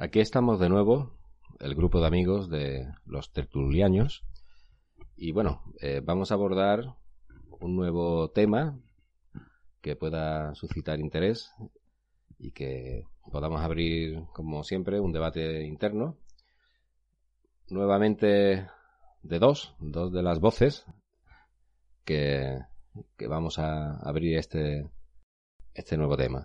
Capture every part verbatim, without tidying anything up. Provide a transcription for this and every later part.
Aquí estamos de nuevo, el grupo de amigos de los tertulianos. Y bueno, eh, vamos a abordar un nuevo tema que pueda suscitar interés y que podamos abrir, como siempre, un debate interno. Nuevamente de dos, dos de las voces que, que vamos a abrir este, este nuevo tema.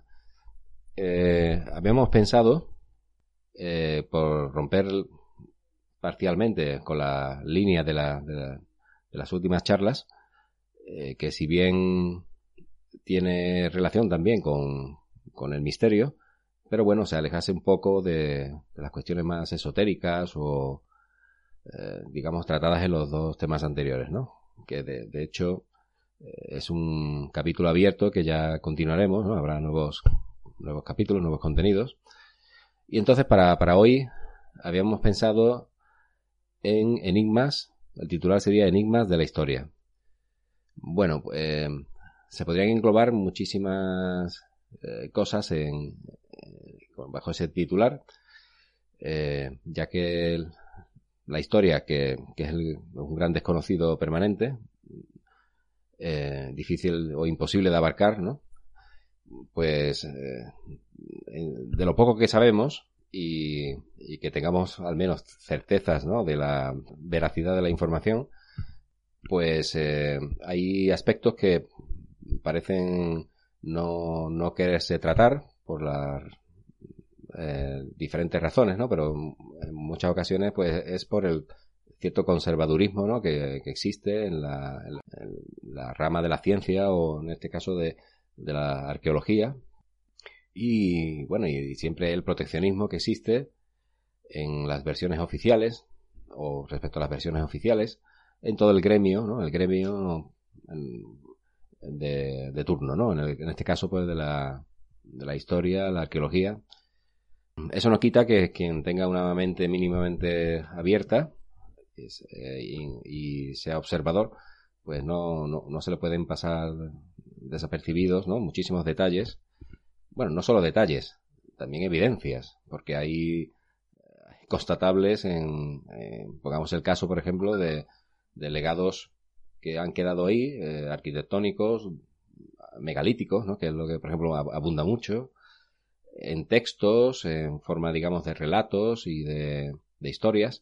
Eh, habíamos pensado, eh, por romper parcialmente con la línea de, la, de, la, de las últimas charlas, eh, que si bien tiene relación también con, con el misterio, pero bueno, se alejase un poco de, de las cuestiones más esotéricas o, eh, digamos, tratadas en los dos temas anteriores, ¿no? Que de, de hecho eh, es un capítulo abierto que ya continuaremos, ¿no? Habrá nuevos, nuevos capítulos, nuevos contenidos. Y entonces para, para hoy habíamos pensado en enigmas, el titular sería Enigmas de la historia. Bueno, eh, se podrían englobar muchísimas eh, cosas en, eh, bajo ese titular, eh, ya que el, la historia, que, que es el, un gran desconocido permanente, eh, difícil o imposible de abarcar, ¿no? Pues eh, de lo poco que sabemos y, y que tengamos al menos certezas, ¿no?, de la veracidad de la información, pues eh, hay aspectos que parecen no, no quererse tratar por las eh, diferentes razones, ¿no? Pero en muchas ocasiones pues es por el cierto conservadurismo, ¿no?, que, que existe en la, en, la, en la rama de la ciencia o en este caso de, de la arqueología. Y bueno, y siempre el proteccionismo que existe en las versiones oficiales o respecto a las versiones oficiales en todo el gremio, ¿no? El gremio de, de turno, ¿no? En, el, en este caso, pues, de la, de la historia, la arqueología. Eso no quita que quien tenga una mente mínimamente abierta es, eh, y, y sea observador, pues no, no, no se le pueden pasar desapercibidos, ¿no?, muchísimos detalles. Bueno, no solo detalles, también evidencias, porque hay constatables en, en pongamos el caso, por ejemplo, de, de legados que han quedado ahí, eh, arquitectónicos, megalíticos, ¿no?, que es lo que, por ejemplo, abunda mucho, en textos, en forma, digamos, de relatos y de, de historias.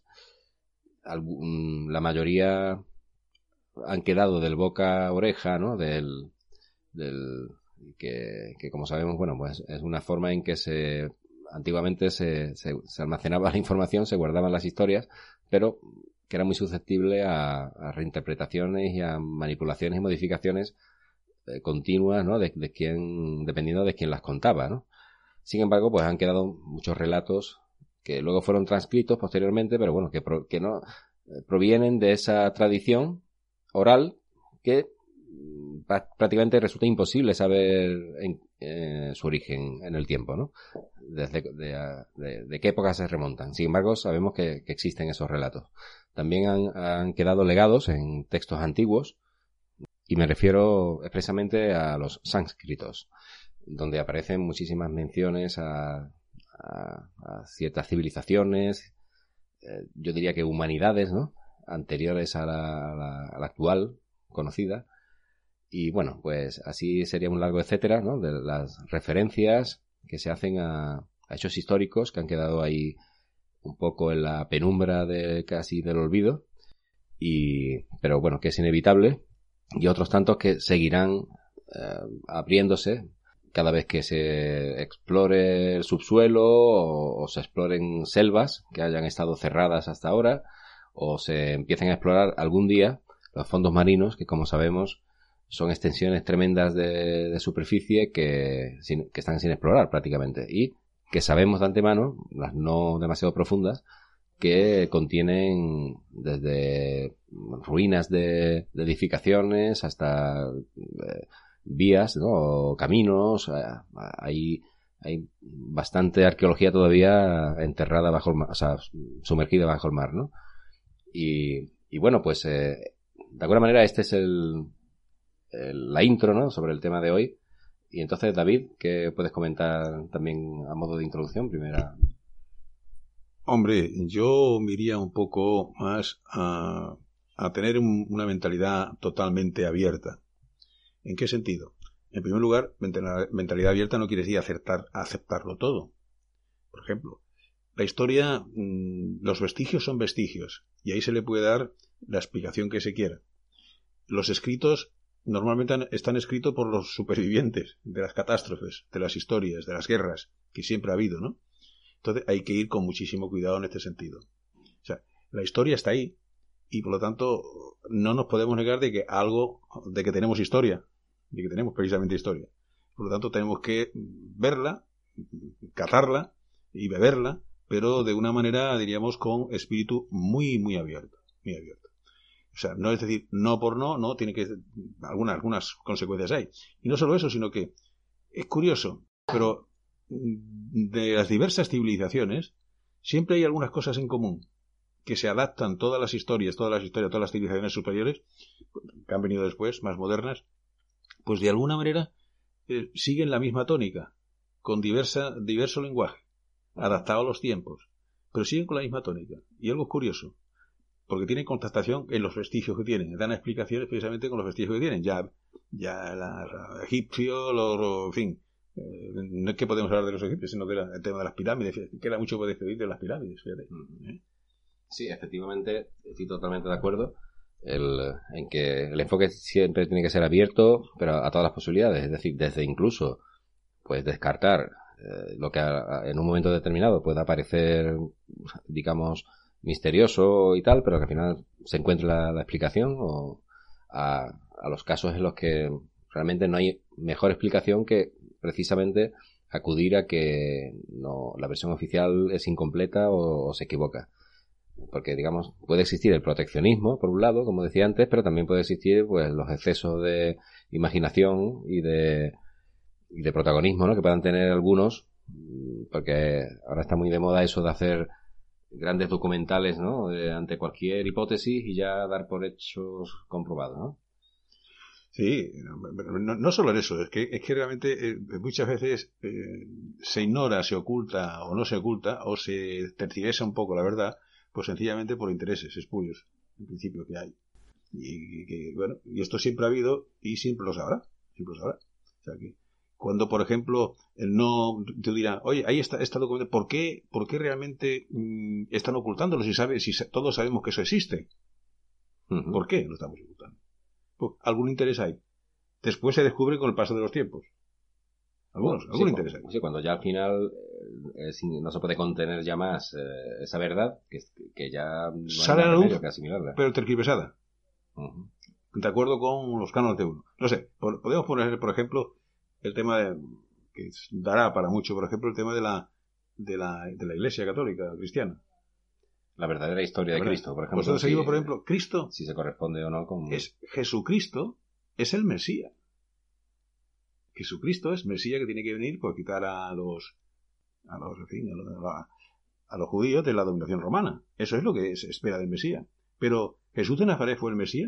Algún, la mayoría han quedado del boca a oreja, ¿no?, del, del que, que como sabemos, bueno, pues es una forma en que se antiguamente se, se, se almacenaba la información, se guardaban las historias, pero que era muy susceptible a, a reinterpretaciones y a manipulaciones y modificaciones eh, continuas, ¿no?, de, de quién, dependiendo de quién las contaba, ¿no? Sin embargo, pues han quedado muchos relatos que luego fueron transcritos posteriormente, pero bueno, que, pro, que no eh, provienen de esa tradición oral que prácticamente resulta imposible saber en, eh, su origen en el tiempo, ¿no? Desde de, de, de qué época se remontan. Sin embargo, sabemos que, que existen esos relatos. También han, han quedado legados en textos antiguos, y me refiero expresamente a los sánscritos, donde aparecen muchísimas menciones a, a, a ciertas civilizaciones, eh, yo diría que humanidades, ¿no?, anteriores a la, a la, a la actual conocida. Y bueno, pues así sería un largo etcétera, ¿no?, de las referencias que se hacen a, a hechos históricos que han quedado ahí un poco en la penumbra de casi del olvido, y pero bueno, que es inevitable, y otros tantos que seguirán eh, abriéndose cada vez que se explore el subsuelo o, o se exploren selvas que hayan estado cerradas hasta ahora, o se empiecen a explorar algún día los fondos marinos, que como sabemos son extensiones tremendas de, de superficie que, sin, que están sin explorar prácticamente, y que sabemos de antemano, las no demasiado profundas, que contienen desde ruinas de, de edificaciones hasta eh, vías, ¿no?, o caminos. Eh, hay, hay bastante arqueología todavía enterrada bajo el mar, o sea, sumergida bajo el mar, ¿no? Y, y bueno, pues eh, de alguna manera este es el la intro, ¿no?, sobre el tema de hoy. Y entonces, David, ¿qué puedes comentar también a modo de introducción? Primera. Hombre, yo me iría un poco más a, a tener un, una mentalidad totalmente abierta. ¿En qué sentido? En primer lugar, mentalidad abierta no quiere decir aceptar, aceptarlo todo. Por ejemplo, la historia, mmm, los vestigios son vestigios, y ahí se le puede dar la explicación que se quiera. Los escritos normalmente están escritos por los supervivientes de las catástrofes, de las historias, de las guerras, que siempre ha habido, ¿no? Entonces hay que ir con muchísimo cuidado en este sentido. O sea, la historia está ahí, y por lo tanto no nos podemos negar de que algo, de que tenemos historia, de que tenemos precisamente historia. Por lo tanto tenemos que verla, cazarla y beberla, pero de una manera, diríamos, con espíritu muy, muy abierto, muy abierto. O sea, no es decir, no por no, no, tiene que, algunas, algunas consecuencias hay. Y no solo eso, sino que es curioso, pero de las diversas civilizaciones siempre hay algunas cosas en común que se adaptan todas las historias, todas las historias, todas las civilizaciones superiores que han venido después, más modernas, pues de alguna manera eh, siguen la misma tónica, con diversa, diverso lenguaje, adaptado a los tiempos, pero siguen con la misma tónica. Y algo curioso, porque tienen contrastación en los vestigios que tienen, dan explicaciones precisamente con los vestigios que tienen, ya, ya los egipcios, los, los, en fin, eh, no es que podemos hablar de los egipcios, sino del de tema de las pirámides, que era mucho por despedir de las pirámides, fíjate. ¿Eh? Sí, efectivamente, estoy totalmente de acuerdo el, en que el enfoque siempre tiene que ser abierto, pero a todas las posibilidades, es decir, desde incluso pues descartar eh, lo que a, en un momento determinado pueda parecer, digamos, misterioso y tal, pero que al final se encuentre la, la explicación, o a, a los casos en los que realmente no hay mejor explicación que precisamente acudir a que no, la versión oficial es incompleta o, o se equivoca. Porque, digamos, puede existir el proteccionismo, por un lado, como decía antes, pero también puede existir pues los excesos de imaginación y de, y de protagonismo, ¿no?, que puedan tener algunos, porque ahora está muy de moda eso de hacer grandes documentales, ¿no?, de, ante cualquier hipótesis y ya dar por hechos comprobados, ¿no? Sí, no, no solo en eso, es que, es que realmente eh, muchas veces eh, se ignora, se oculta o no se oculta o se tergiversa un poco la verdad, pues sencillamente por intereses espurios, en principio, que hay. Y que, bueno, y esto siempre ha habido y siempre lo sabrá, siempre lo sabrá. O sea que cuando, por ejemplo, el no te dirán, oye, ahí está esta documentación, ¿por qué, por qué realmente mmm, están ocultándolo si sabe, si todos sabemos que eso existe? Uh-huh. ¿Por qué lo estamos ocultando? Pues algún interés hay. Después se descubre con el paso de los tiempos. Algunos, sí, algún sí, interés hay. Sí, cuando ya al final eh, es, no se puede contener ya más eh, esa verdad, que, que ya no sale hay a la luz, pero tergiversada. Uh-huh. De acuerdo con los cánones de uno. No sé, por, podemos poner, por ejemplo, el tema de, que dará para mucho, por ejemplo, el tema de la de la, de la Iglesia Católica Cristiana. La verdadera historia la verdad. de Cristo, por ejemplo. Nosotros si, seguimos, por ejemplo, Cristo. Si se corresponde o no con... Es Jesucristo, es el Mesías. Jesucristo es Mesías que tiene que venir por quitar a los a los, en fin, a los, a, a los judíos de la dominación romana. Eso es lo que se espera del Mesías. Pero, ¿Jesús de Nazaret fue el Mesías?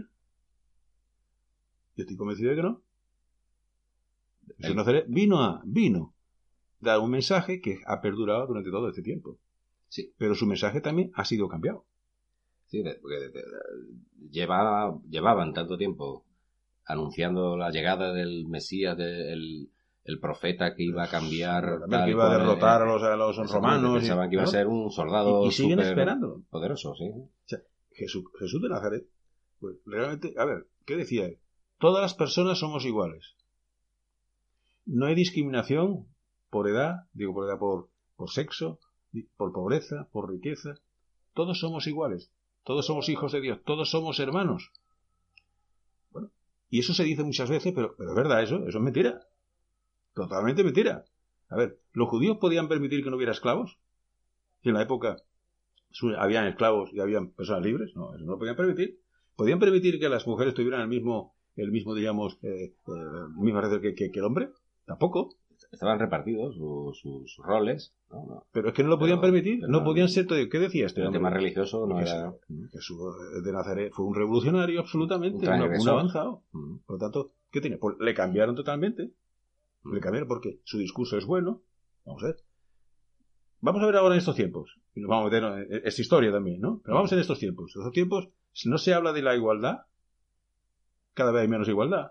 Yo estoy convencido de que no. Jesús de Nazaret vino a, vino a dar un mensaje que ha perdurado durante todo este tiempo. Sí. Pero su mensaje también ha sido cambiado. Sí, porque de, de, de, llevaba, llevaban tanto tiempo anunciando la llegada del Mesías, de, el, el profeta que iba a cambiar, tal, que iba a derrotar el, a los, a los romanos. Pensaban y, que iba ¿no? a ser un soldado y, y siguen esperando. Poderoso, sí. O sea, Jesús, Jesús de Nazaret, pues realmente, a ver, ¿qué decía él? Todas las personas somos iguales. No hay discriminación por edad, digo por edad, por, por sexo, por pobreza, por riqueza. Todos somos iguales. Todos somos hijos de Dios. Todos somos hermanos. Bueno, y eso se dice muchas veces, pero, pero es verdad eso. Eso es mentira. Totalmente mentira. A ver, ¿los judíos podían permitir que no hubiera esclavos? Si en la época habían esclavos y habían personas libres. No, eso no lo podían permitir. ¿Podían permitir que las mujeres tuvieran el mismo, el mismo digamos, eh, eh, misma red que, que, que el hombre? Tampoco. Estaban repartidos sus, sus roles, ¿no? No. Pero es que no lo podían pero, permitir, no podían ser todo. ¿Qué decía este el hombre? tema religioso no era... Jesús de Nazaret fue un revolucionario absolutamente, un, un, un avanzado. Mm. Por lo tanto, ¿qué tiene? Pues le cambiaron totalmente. Mm. Le cambiaron porque su discurso es bueno. Vamos a ver. vamos a ver ahora en estos tiempos, y nos vamos a meter en esta historia también, ¿no? Pero vamos en estos tiempos. En estos tiempos no se habla de la igualdad, cada vez hay menos igualdad.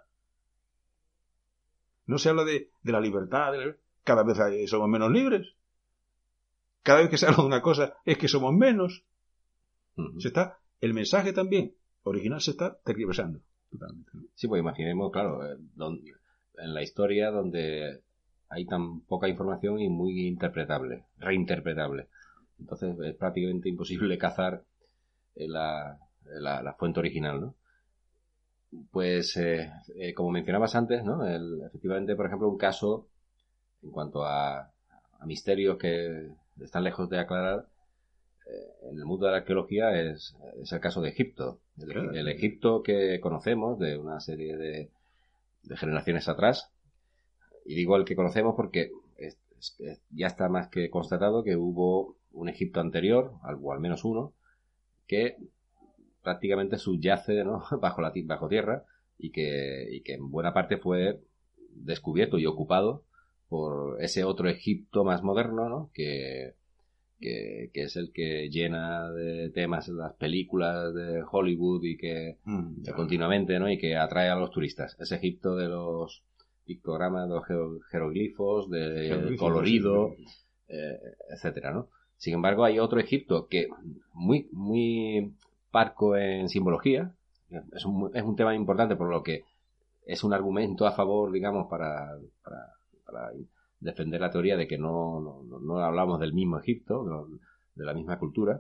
No se habla de, de la libertad, de la, cada vez hay, somos menos libres. Cada vez que se habla de una cosa es que somos menos. Uh-huh. Se está, el mensaje también original se está tergiversando totalmente, ¿no? Sí, pues imaginemos, claro, donde, en la historia donde hay tan poca información y muy interpretable, reinterpretable. Entonces es prácticamente imposible cazar la, la, la fuente original, ¿no? Pues, eh, eh, como mencionabas antes, ¿no? El, efectivamente, por ejemplo, un caso en cuanto a, a misterios que están lejos de aclarar eh, en el mundo de la arqueología es, es el caso de Egipto. El, claro. el Egipto que conocemos de una serie de, de generaciones atrás. Y digo el que conocemos porque es, es, es, ya está más que constatado que hubo un Egipto anterior, o al menos uno, que prácticamente subyace, ¿no? bajo la bajo tierra y que, y que en buena parte fue descubierto y ocupado por ese otro Egipto más moderno, ¿no? que, que, que es el que llena de temas las películas de Hollywood y que mm, yeah. continuamente, ¿no? y que atrae a los turistas. Ese Egipto de los pictogramas, de los jeroglifos, de colorido, eh, etcétera, ¿no? Sin embargo, hay otro Egipto que muy muy parco en simbología. Es un, es un tema importante, por lo que es un argumento a favor, digamos, para, para, para defender la teoría de que no, no, no hablamos del mismo Egipto, no, de la misma cultura,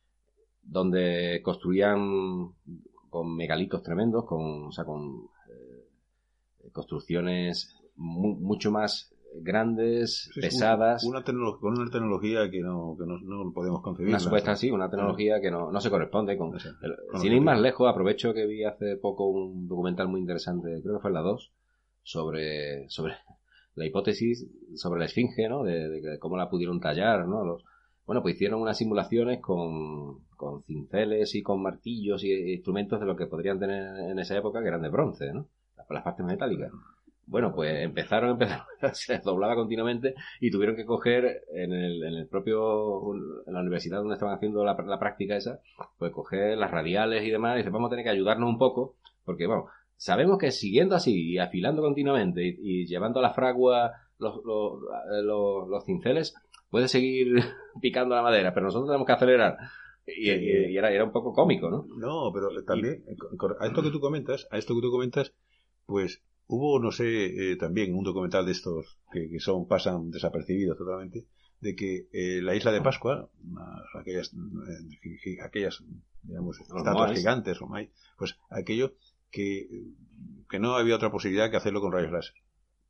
donde construían con megalitos tremendos, con, o sea, con eh, construcciones mu, mucho más grandes, sí, pesadas. Una tecnología, con una tecnología que no, que no, no podemos concebir. Una supuesta, sí, una tecnología ah. que no, no se corresponde con... O sea, el, con sin ir más lejos, aprovecho que vi hace poco un documental muy interesante, creo que fue en la dos, sobre, sobre la hipótesis sobre la esfinge, ¿no? De, de, de cómo la pudieron tallar, ¿no? Los, bueno, pues hicieron unas simulaciones con, con cinceles y con martillos y instrumentos de lo que podrían tener en esa época, que eran de bronce, ¿no? Las, las partes metálicas. Bueno, pues empezaron, empezaron, se doblaba continuamente y tuvieron que coger en el, en el propio, en la universidad donde estaban haciendo la, la práctica esa, pues coger las radiales y demás y dice, vamos a tener que ayudarnos un poco, porque bueno, sabemos que siguiendo así y afilando continuamente y, y llevando a la fragua los, los, los, los cinceles, puede seguir picando la madera, pero nosotros tenemos que acelerar. Y, y, y era, era un poco cómico, ¿no? No, pero también, y, a esto que tú comentas, a esto que tú comentas, pues hubo, no sé, eh, también un documental de estos que, que son pasan desapercibidos totalmente, de que eh, la isla de Pascua, aquellas, eh, aquellas digamos, estatuas gigantes, o pues aquello que, que no había otra posibilidad que hacerlo con rayos láser.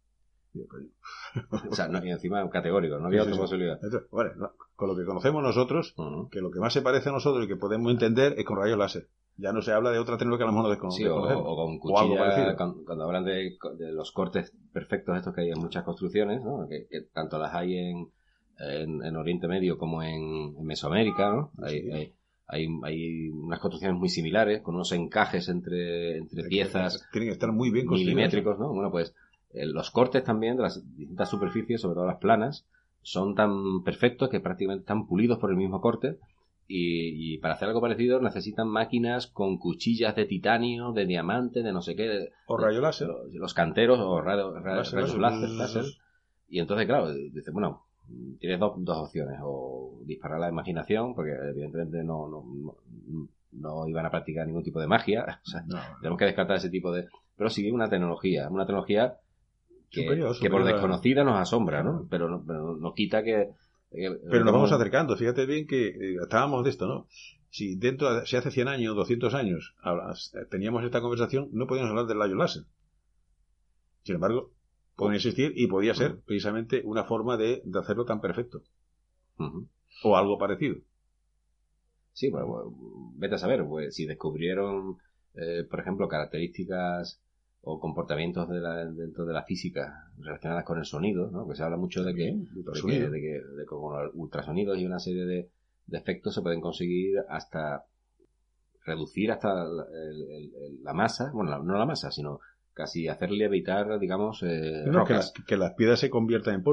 O sea, no, y encima categórico, no había sí, otra sí, posibilidad. Entonces, bueno, no, con lo que conocemos nosotros, uh-huh. que lo que más se parece a nosotros y que podemos entender es con rayos láser. Ya no se habla de otra tecnología que a lo mejor no desconocemos. Sí, o, o con cuchilla, cuando, cuando hablan de, de los cortes perfectos estos que hay en muchas construcciones, ¿no? Que, que tanto las hay en, en, en Oriente Medio como en, en Mesoamérica, ¿no? Hay, sí. hay, hay, hay unas construcciones muy similares, con unos encajes entre, entre piezas. Tienen que estar muy bien construidas. Milimétricos, ¿no? Bueno, pues eh, los cortes también de las distintas superficies, sobre todo las planas, son tan perfectos que prácticamente están pulidos por el mismo corte. Y, y para hacer algo parecido necesitan máquinas con cuchillas de titanio, de diamante, de no sé qué. De, o rayo láser. Los, los canteros o radio, radio, láser, rayos láser, láser. Y entonces, claro, dice, bueno, tienes dos, dos opciones. O disparar la imaginación, porque evidentemente no, no, no, no iban a practicar ningún tipo de magia. O sea, no, no. Tenemos que descartar ese tipo de... Pero sí una tecnología, una tecnología que, superior, superior, que por desconocida nos asombra, ¿no? Pero no, pero no quita que... Pero nos vamos acercando, fíjate bien que eh, estábamos de esto, ¿no? Si dentro, si hace cien años, doscientos años hablas, teníamos esta conversación, no podíamos hablar del rayo láser. Sin embargo, pueden existir y podía ser uh-huh. precisamente una forma de, de hacerlo tan perfecto. Uh-huh. O algo parecido. Sí, pues, vete a saber, pues si descubrieron, eh, por ejemplo, características o comportamientos de la, dentro de la física relacionadas con el sonido, ¿no? Que se habla mucho de que, de que, de que de con los ultrasonidos y una serie de, de efectos se pueden conseguir hasta reducir hasta la, el, el, la masa, bueno, la, no la masa, sino casi hacerle evitar, digamos, eh, no, que, las, que las piedras se conviertan en polvo.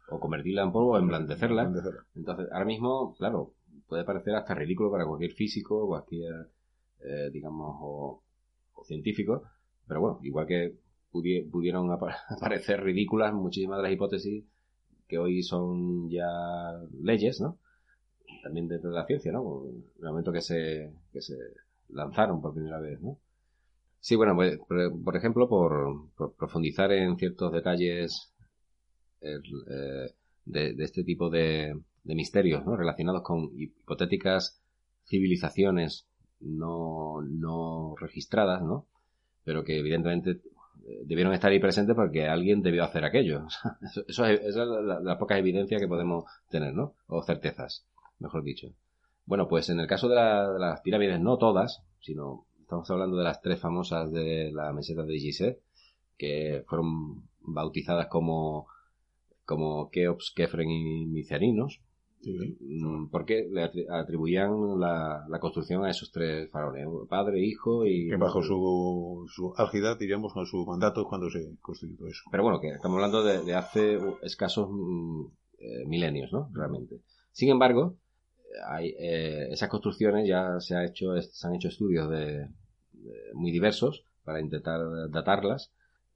o convertirla en polvo o emblandecerla. Emblandecerla. Entonces, ahora mismo, claro, puede parecer hasta ridículo para cualquier físico, cualquier, eh, digamos, o, o científico, pero bueno, igual que pudi- pudieron ap- parecer ridículas muchísimas de las hipótesis que hoy son ya leyes, ¿no? También dentro de la ciencia, ¿no? En el momento que se, que se lanzaron por primera vez, ¿no? Sí, bueno, pues, por, por ejemplo, por, por profundizar en ciertos detalles el, eh, de, de este tipo de, de misterios, ¿no? Relacionados con hipotéticas civilizaciones no, no registradas, ¿no? Pero que evidentemente debieron estar ahí presentes porque alguien debió hacer aquello. Eso, eso es, esa es la, la, las pocas evidencias que podemos tener, ¿no? O certezas, mejor dicho. Bueno, pues en el caso de, la, de las pirámides, no todas, sino estamos hablando de las tres famosas de la meseta de Gizeh, que fueron bautizadas como, como Keops, Kefren y Micerinos, Sí. porque le atribuían la, la construcción a esos tres faraones, padre, hijo y... Que bajo su, su álgida, diríamos, con su mandato cuando se construyó todo eso. Pero bueno, que estamos hablando de, de hace escasos eh, milenios, ¿no? Realmente. Sin embargo, hay, eh, esas construcciones ya se, ha hecho, se han hecho estudios de, de muy diversos para intentar datarlas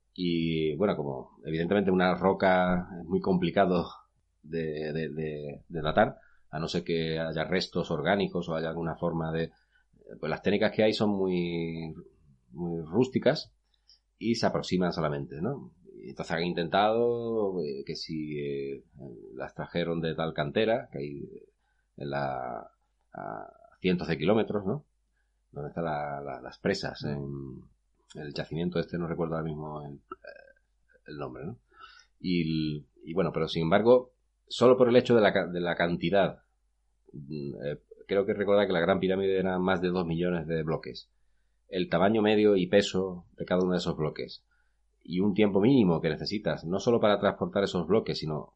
y, bueno, como evidentemente una roca es muy complicado de, de, de, de datar, a no ser que haya restos orgánicos o haya alguna forma de... Pues las técnicas que hay son muy, muy rústicas y se aproximan solamente, ¿no? Entonces han intentado eh, que si eh, las trajeron de tal cantera, que hay en la, a cientos de kilómetros, ¿no? Donde están la, la, las presas, en el yacimiento este, no recuerdo ahora mismo el, el nombre, ¿no? Y, y bueno, pero sin embargo, solo por el hecho de la, de la cantidad, eh, creo que recordar que la Gran Pirámide eran más de dos millones de bloques. El tamaño medio y peso de cada uno de esos bloques y un tiempo mínimo que necesitas, no solo para transportar esos bloques, sino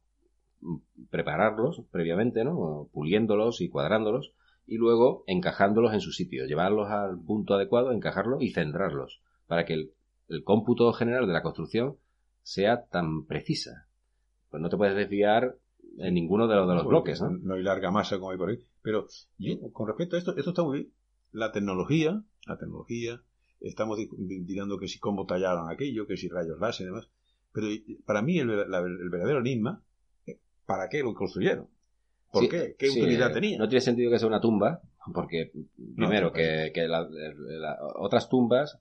prepararlos previamente, ¿no? Puliéndolos y cuadrándolos y luego encajándolos en su sitio, llevarlos al punto adecuado, encajarlos y centrarlos para que el, el cómputo general de la construcción sea tan precisa. Pues no te puedes desviar en ninguno de los, de los no, bloques, ¿no? No hay larga masa como hay por ahí. Pero yo, con respecto a esto, esto está muy bien. La tecnología, la tecnología, estamos digando que si cómo tallaron aquello, que si rayos láser y demás. Pero para mí el, la, el verdadero enigma, ¿para qué lo construyeron? ¿Por sí, qué? ¿Qué sí, utilidad eh, tenía? No tiene sentido que sea una tumba, porque primero no, que, que la, la, otras tumbas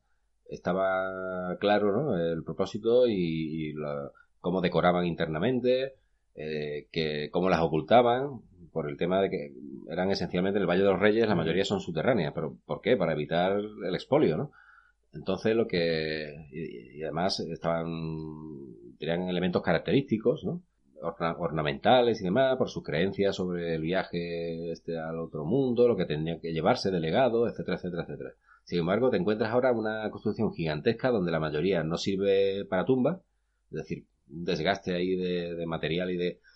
estaba claro, ¿no? El propósito y, y la, cómo decoraban internamente, eh, que cómo las ocultaban, por el tema de que eran esencialmente en el Valle de los Reyes, la mayoría son subterráneas, pero ¿por qué? Para evitar el expolio, ¿no? Entonces lo que y, y además estaban tenían elementos característicos, ¿no? Orna, ornamentales y demás, por sus creencias sobre el viaje este al otro mundo, lo que tendría que llevarse de legado, etcétera, etcétera, etcétera. Sin embargo, te encuentras ahora una construcción gigantesca donde la mayoría no sirve para tumba, es decir, un desgaste ahí de, de material y de,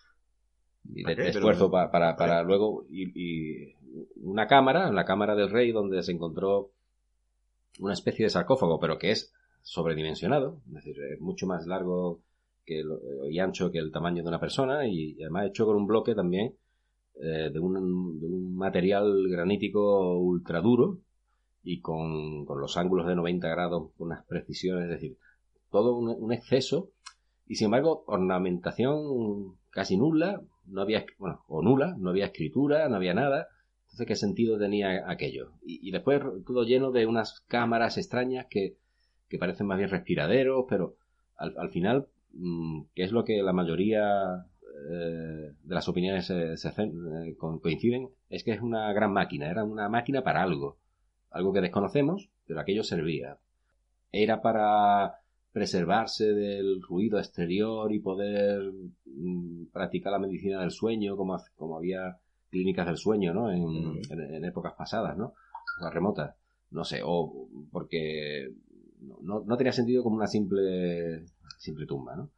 y de, de esfuerzo para, para, para luego y, y una cámara, la cámara del rey, donde se encontró una especie de sarcófago, pero que es sobredimensionado, es decir, es mucho más largo que lo, y ancho que el tamaño de una persona y, y además hecho con un bloque también eh, de, un, de un material granítico ultra duro y con, con los ángulos de noventa grados con unas precisiones, es decir, todo un, un exceso y sin embargo ornamentación casi nula, no había, bueno, o nula, no había escritura, no había nada. Entonces, ¿qué sentido tenía aquello? Y, y después todo lleno de unas cámaras extrañas que, que parecen más bien respiraderos, pero al, al final, mmm, ¿qué es lo que la mayoría eh, de las opiniones se, se eh, coinciden? Es que es una gran máquina, era una máquina para algo. Algo que desconocemos, pero aquello servía. Era para preservarse del ruido exterior y poder mmm, practicar la medicina del sueño, como, como había clínicas del sueño, ¿no? En, uh-huh. en, en épocas pasadas, ¿no? O remotas. No sé, o porque no, no tenía sentido como una simple simple tumba, ¿no?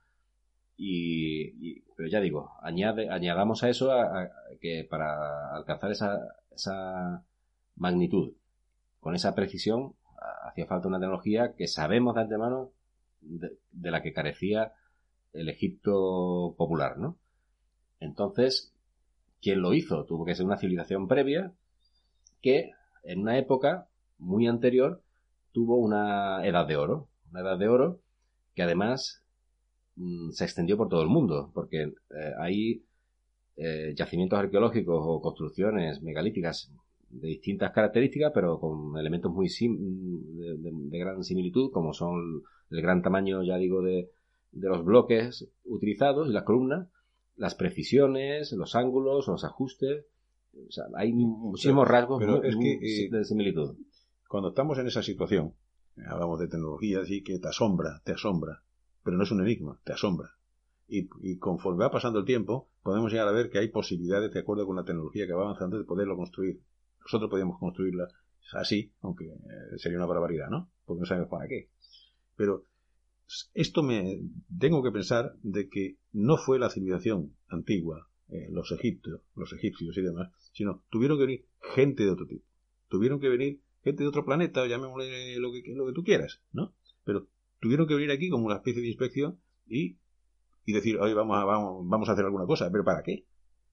Y, y pero ya digo, añade, añadamos a eso a, a, que para alcanzar esa, esa magnitud, con esa precisión, hacía falta una tecnología que sabemos de antemano de, de la que carecía el Egipto popular, ¿no? Entonces, ¿quién lo hizo? Tuvo que ser una civilización previa que en una época muy anterior tuvo una edad de oro. Una edad de oro que además mmm, se extendió por todo el mundo, porque eh, hay eh, yacimientos arqueológicos o construcciones megalíticas de distintas características, pero con elementos muy sim de, de, de gran similitud, como son el gran tamaño, ya digo, de, de los bloques utilizados y las columnas, las precisiones, los ángulos, los ajustes. O sea, hay muchísimos rasgos pero muy, es que, eh, de similitud. Cuando estamos en esa situación, hablamos de tecnología, así que te asombra, te asombra, pero no es un enigma, te asombra. Y, y conforme va pasando el tiempo, podemos llegar a ver que hay posibilidades, de acuerdo con la tecnología que va avanzando, de poderlo construir. Nosotros podríamos construirla así, aunque eh, sería una barbaridad, ¿no? Porque no sabemos para qué. Pero esto me tengo que pensar de que no fue la civilización antigua, eh, los egipcios, los egipcios y demás, sino tuvieron que venir gente de otro tipo. Tuvieron que venir gente de otro planeta, llamémosle lo que, lo que tú quieras, ¿no? Pero tuvieron que venir aquí como una especie de inspección y, y decir, oye, vamos a, vamos, vamos a hacer alguna cosa. ¿Pero para qué?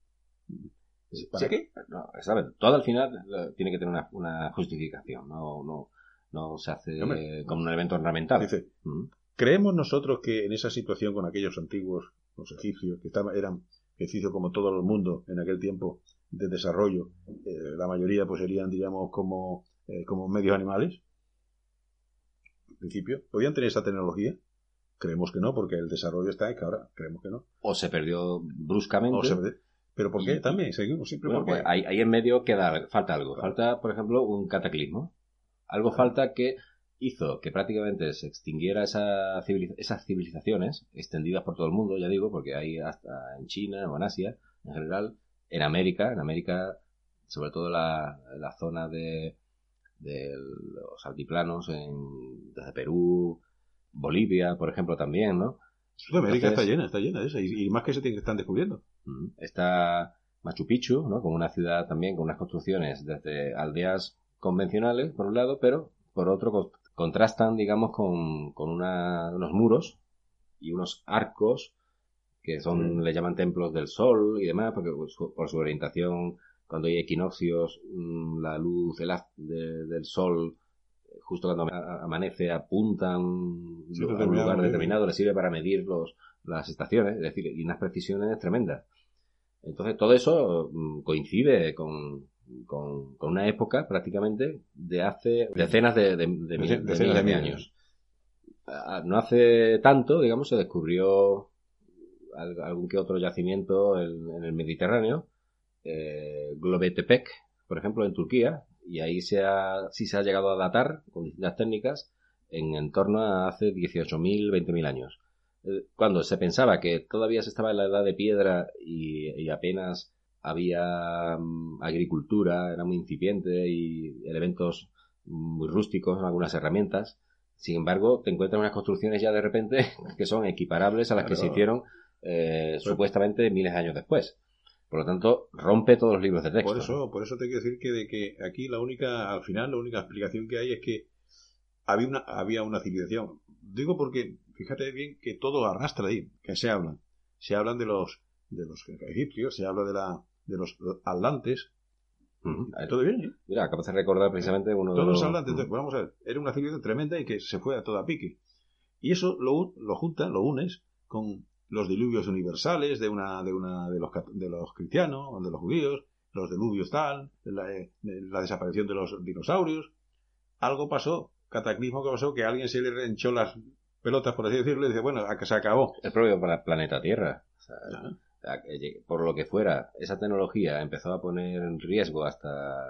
¿Para sí, qué? No, ¿sabes? Todo al final tiene que tener una, una justificación, no, no, no se hace Hombre, como un elemento ornamental. Dice, uh-huh. ¿Creemos nosotros que en esa situación con aquellos antiguos, los egipcios, que estaban, eran egipcios como todo el mundo en aquel tiempo de desarrollo, eh, la mayoría pues serían, digamos, como, eh, como medios animales? En principio, ¿podían tener esa tecnología? Creemos que no, porque el desarrollo está en que ahora creemos que no. O se perdió bruscamente. O se perdió. ¿Pero por qué? Y, También seguimos siempre bueno, por qué. Pues ahí, ahí en medio queda, falta algo. Claro. Falta, por ejemplo, un cataclismo. Algo claro. falta que hizo que prácticamente se extinguiera esa civiliz- esas civilizaciones extendidas por todo el mundo, ya digo, porque hay hasta en China o en Asia, en general, en América, en América, sobre todo la, la zona de, de los altiplanos, en, desde Perú, Bolivia, por ejemplo, también, ¿no? Sudamérica Entonces, está llena, está llena de esa, y, y más que se tiene que están descubriendo. Está Machu Picchu, ¿no? Como una ciudad también con unas construcciones desde aldeas convencionales, por un lado, pero por otro contrastan, digamos, con, con una, unos muros y unos arcos que son, mm. le llaman templos del sol y demás, porque pues, por su orientación, cuando hay equinoccios, la luz de la, de, del sol, justo cuando amanece, apunta a un, sí, a un lugar bien. determinado, le sirve para medir los, las estaciones, es decir, y unas precisiones tremendas. Entonces, todo eso um, coincide con, con, con una época, prácticamente, de hace decenas de, de, de, de, de, de miles de años. No hace tanto, digamos, se descubrió algún que otro yacimiento en, en el Mediterráneo, eh, Göbekli, por ejemplo, en Turquía, y ahí se ha, sí se ha llegado a datar, con distintas técnicas, en, en torno a hace dieciocho mil, veinte mil años. Cuando se pensaba que todavía se estaba en la edad de piedra y, y apenas había um, agricultura, era muy incipiente y elementos muy rústicos, algunas herramientas. Sin embargo, te encuentras unas construcciones ya de repente que son equiparables a las claro. que se hicieron eh, pues, supuestamente miles de años después. Por lo tanto, rompe todos los libros de texto. Por eso, por eso te quiero decir que, de que aquí la única, al final, la única explicación que hay es que había una, había una civilización. Digo porque, fíjate bien que todo arrastra ahí, que se hablan. Se hablan de los, de los egipcios, se habla de la, de los atlantes. Uh-huh. Todo bien, ¿eh? Mira, acabas de recordar precisamente uno todos de los... los atlantes, entonces, vamos a ver, era una civilización tremenda y que se fue a toda pique. Y eso lo, lo junta, lo unes con los diluvios universales de una, de una, de los, de los cristianos, o de los judíos, los diluvios tal, la, la desaparición de los dinosaurios. Algo pasó, cataclismo que pasó, que a alguien se le hinchó las pelotas, por así decirlo, y dice, bueno, a que se acabó. El propio planeta Tierra. O sea, uh-huh. Por lo que fuera, esa tecnología empezó a poner en riesgo hasta